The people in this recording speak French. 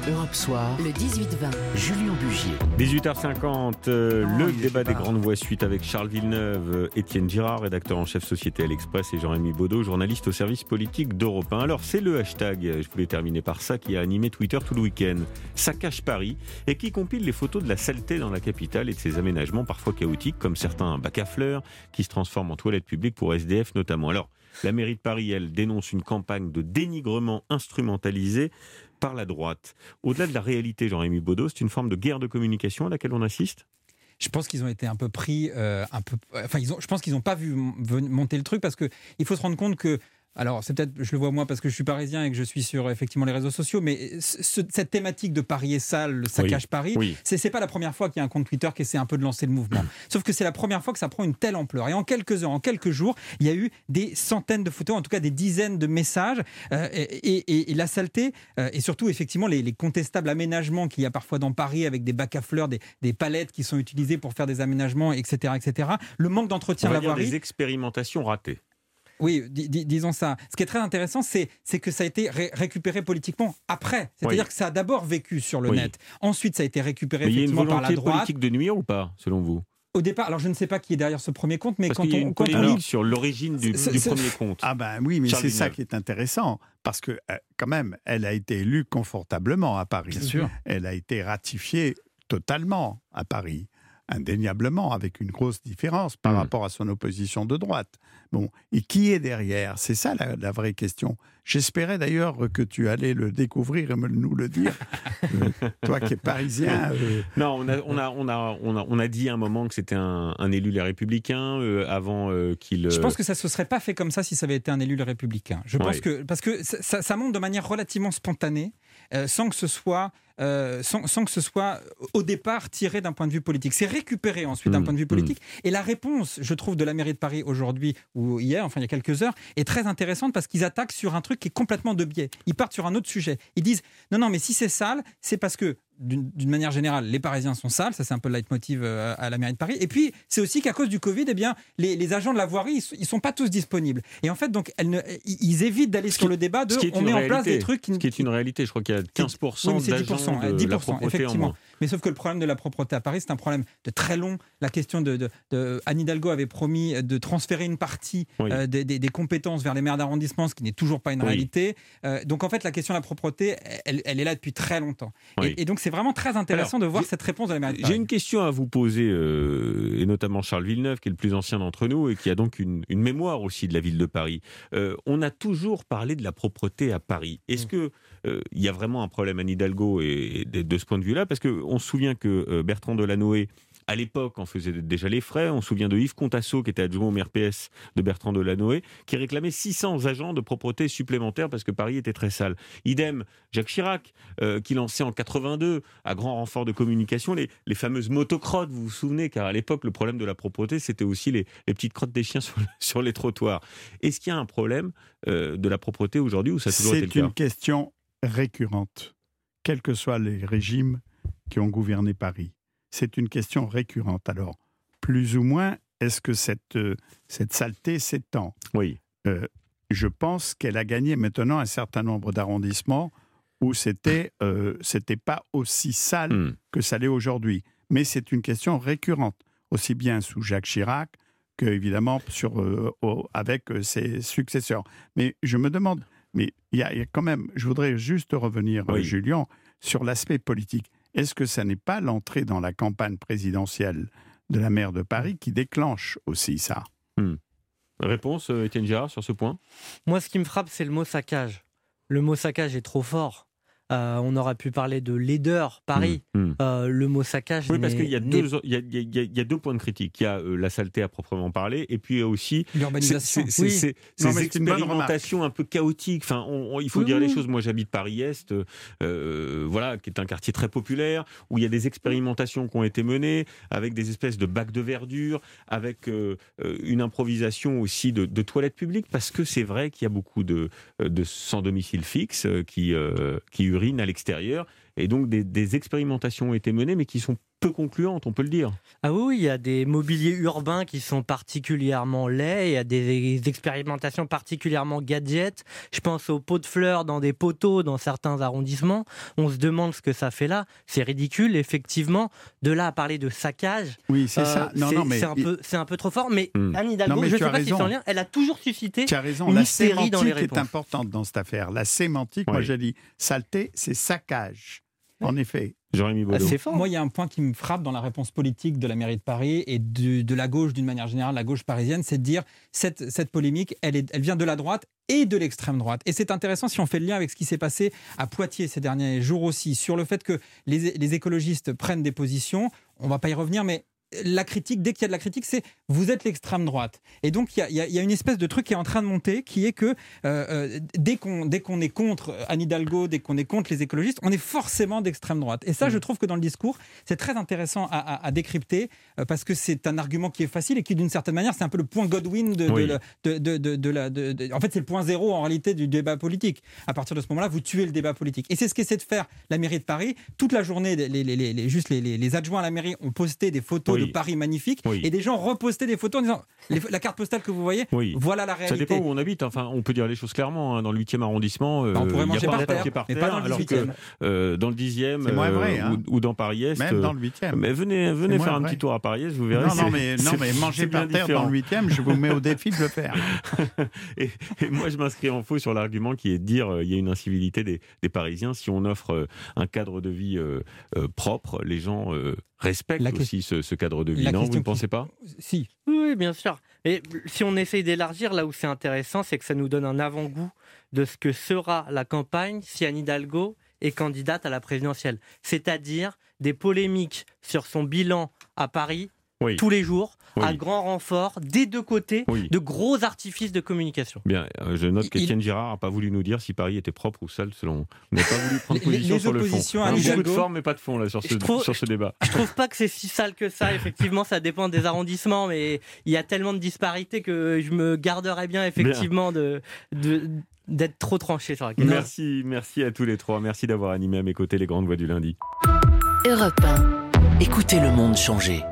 Europe Soir, le 18-20, Julien Bugier. 18h50, le débat des grandes voix suite avec Charles Villeneuve, Étienne Girard, rédacteur en chef Société à l'Express, et Jean-Rémy Baudot, journaliste au service politique d'Europe 1. Alors, c'est le hashtag, je voulais terminer par ça, qui a animé Twitter tout le week-end. Ça cache Paris, et qui compile les photos de la saleté dans la capitale et de ses aménagements parfois chaotiques, comme certains bacs à fleurs qui se transforment en toilettes publiques pour SDF notamment. Alors, la mairie de Paris, elle, dénonce une campagne de dénigrement instrumentalisée par la droite. Au-delà de la réalité, Jean-Rémy Baudot, c'est une forme de guerre de communication à laquelle on assiste ? Je pense qu'ils ont été un peu pris, je pense qu'ils n'ont pas vu monter le truc, parce qu'il faut se rendre compte que, alors c'est peut-être, je le vois moi parce que je suis parisien et que je suis sur effectivement les réseaux sociaux, mais cette thématique de Paris est sale, le saccage Paris, c'est pas la première fois qu'il y a un compte Twitter qui essaie un peu de lancer le mouvement. Sauf que c'est la première fois que ça prend une telle ampleur. Et en quelques heures, en quelques jours, il y a eu des centaines de photos, en tout cas des dizaines de messages, et la saleté, et surtout effectivement les contestables aménagements qu'il y a parfois dans Paris avec des bacs à fleurs, des palettes qui sont utilisées pour faire des aménagements, etc., etc. Le manque d'entretien de la voirie. Des expérimentations ratées. Oui, disons ça. Ce qui est très intéressant, c'est que ça a été récupéré politiquement après. C'est-à-dire que ça a d'abord vécu sur le net. Ensuite, ça a été récupéré effectivement par la droite. Il y a une volonté politique de nuire ou pas, selon vous ? Au départ, alors je ne sais pas qui est derrière ce premier compte, mais parce qu'il y a une polémique sur l'origine du premier compte. Ah ben oui, mais Charles Villeneuve. Ça qui est intéressant, parce que quand même, elle a été élue confortablement à Paris. Bien sûr. Elle a été ratifiée totalement à Paris, indéniablement, avec une grosse différence par rapport à son opposition de droite. Bon, et qui est derrière ? C'est ça la vraie question. J'espérais d'ailleurs que tu allais le découvrir et nous le dire. Toi qui es parisien. Non, on a dit à un moment que c'était un élu Les Républicains avant qu'il. Je pense que ça ne se serait pas fait comme ça si ça avait été un élu Les Républicains. Je pense que parce que ça monte de manière relativement spontanée, sans que ce soit au départ tiré d'un point de vue politique. C'est récupéré ensuite d'un point de vue politique. Et la réponse, je trouve, de la mairie de Paris aujourd'hui ou hier, enfin il y a quelques heures, est très intéressante parce qu'ils attaquent sur un truc qui est complètement de biais. Ils partent sur un autre sujet. Ils disent non, mais si c'est sale, c'est parce que d'une manière générale, les Parisiens sont sales, ça c'est un peu le leitmotiv à la mairie de Paris. Et puis, c'est aussi qu'à cause du Covid, eh bien, les agents de la voirie, ils sont pas tous disponibles. Et en fait, donc, ils évitent d'aller sur le débat de on met en place des trucs qui est une réalité. Je crois qu'il y a 15% d'agents de la propreté effectivement. en moins. Mais sauf que le problème de la propreté à Paris, c'est un problème de très long. La question de Anne Hidalgo avait promis de transférer une partie des compétences vers les maires d'arrondissement, ce qui n'est toujours pas une réalité. Donc en fait, la question de la propreté, elle est là depuis très longtemps. Et donc c'est vraiment très intéressant de voir cette réponse de la mairie de Paris. J'ai une question à vous poser, et notamment Charles Villeneuve, qui est le plus ancien d'entre nous et qui a donc une mémoire aussi de la ville de Paris. On a toujours parlé de la propreté à Paris. Est-ce que il y a vraiment un problème Anne Hidalgo et de ce point de vue-là ? Parce qu'on se souvient que Bertrand Delanoë, à l'époque, en faisait déjà les frais. On se souvient de Yves Contasso, qui était adjoint au maire PS de Bertrand Delanoë, qui réclamait 600 agents de propreté supplémentaires parce que Paris était très sale. Idem, Jacques Chirac, qui lançait en 82, à grand renfort de communication, les fameuses motocrottes, vous vous souvenez, car à l'époque, le problème de la propreté, c'était aussi les petites crottes des chiens sur les trottoirs. Est-ce qu'il y a un problème de la propreté aujourd'hui ou ça a toujours été le cas ? C'est une question récurrente, quels que soient les régimes qui ont gouverné Paris. C'est une question récurrente. Alors, plus ou moins, est-ce que cette saleté s'étend ? Oui. Je pense qu'elle a gagné maintenant un certain nombre d'arrondissements où c'était pas aussi sale que ça l'est aujourd'hui. Mais c'est une question récurrente, aussi bien sous Jacques Chirac que, évidemment, avec ses successeurs. Mais je me demande, mais il y a quand même, je voudrais juste revenir, Julien, sur l'aspect politique. Est-ce que ça n'est pas l'entrée dans la campagne présidentielle de la maire de Paris qui déclenche aussi ça ? Réponse, Étienne Girard, sur ce point ? Moi, ce qui me frappe, c'est le mot saccage. Le mot saccage est trop fort. On aurait pu parler de laideur, Paris. Le mot saccage. Oui, parce qu'il y a deux points de critique. Il y a la saleté à proprement parler, et puis il y a aussi l'urbanisation. Ces expérimentations un peu chaotiques. Enfin, il faut dire les choses. Moi, j'habite Paris-Est, qui est un quartier très populaire, où il y a des expérimentations qui ont été menées, avec des espèces de bacs de verdure, avec une improvisation aussi de toilettes publiques, parce que c'est vrai qu'il y a beaucoup de sans domicile fixe qui urinent à l'extérieur et donc des expérimentations ont été menées, mais qui sont peu concluantes, on peut le dire. Ah oui, il y a des mobiliers urbains qui sont particulièrement laids, il y a des expérimentations particulièrement gadgets. Je pense aux pots de fleurs dans des poteaux dans certains arrondissements. On se demande ce que ça fait là. C'est ridicule, effectivement. De là à parler de saccage, oui, c'est ça. C'est un peu trop fort. Mais Anne Hidalgo, je ne sais pas si c'est en lien, elle a toujours suscité une hystérie dans les réponses. La sémantique est importante dans cette affaire. La sémantique, moi j'ai dit saleté, c'est saccage. En effet. Jérémy Baudot. C'est fort. Moi, il y a un point qui me frappe dans la réponse politique de la mairie de Paris et de la gauche d'une manière générale, la gauche parisienne, c'est de dire cette polémique, elle vient de la droite et de l'extrême droite. Et c'est intéressant si on fait le lien avec ce qui s'est passé à Poitiers ces derniers jours aussi, sur le fait que les écologistes prennent des positions. On ne va pas y revenir, mais la critique, dès qu'il y a de la critique, c'est vous êtes l'extrême droite. Et donc, il y a une espèce de truc qui est en train de monter, qui est que dès qu'on est contre Anne Hidalgo, dès qu'on est contre les écologistes, on est forcément d'extrême droite. Et ça, je trouve que dans le discours, c'est très intéressant à décrypter, parce que c'est un argument qui est facile et qui, d'une certaine manière, c'est un peu le point Godwin en fait, c'est le point zéro, en réalité, du débat politique. À partir de ce moment-là, vous tuez le débat politique. Et c'est ce qu'essaie de faire la mairie de Paris. Toute la journée, les adjoints à la mairie ont posté des photos de Paris magnifique, et des gens repostaient des photos en disant la carte postale que vous voyez, voilà la réalité. Ça dépend où on habite, enfin, on peut dire les choses clairement, hein. Dans le 8e arrondissement, on pourrait manger par terre, mais pas dans le 8e. Dans le 10e ou dans Paris-Est, même dans le 8e. Mais venez faire un petit tour à Paris-Est, vous verrez. Non, mais manger par terre dans le 8e, je vous mets au défi de le faire. et moi, je m'inscris en faux sur l'argument qui est de dire il y a une incivilité des Parisiens. Si on offre un cadre de vie propre, les gens respectent aussi ce cadre de vie. Non, vous ne pensez pas ? Si. Oui, bien sûr. Et si on essaye d'élargir, là où c'est intéressant, c'est que ça nous donne un avant-goût de ce que sera la campagne si Anne Hidalgo est candidate à la présidentielle. C'est-à-dire des polémiques sur son bilan à Paris, tous les jours, à grand renfort, des deux côtés, de gros artifices de communication. Bien, je note qu'Étienne Girard n'a pas voulu nous dire si Paris était propre ou sale, selon. On n'a pas voulu prendre position sur le fond. Beaucoup de forme, mais pas de fond là, sur ce débat. Je trouve pas que c'est si sale que ça. Effectivement, ça dépend des arrondissements, mais il y a tellement de disparités que je me garderais bien, effectivement, d'être trop tranché sur la question. Merci à tous les trois. Merci d'avoir animé à mes côtés les grandes voix du lundi. Europe 1. Écoutez le monde changer.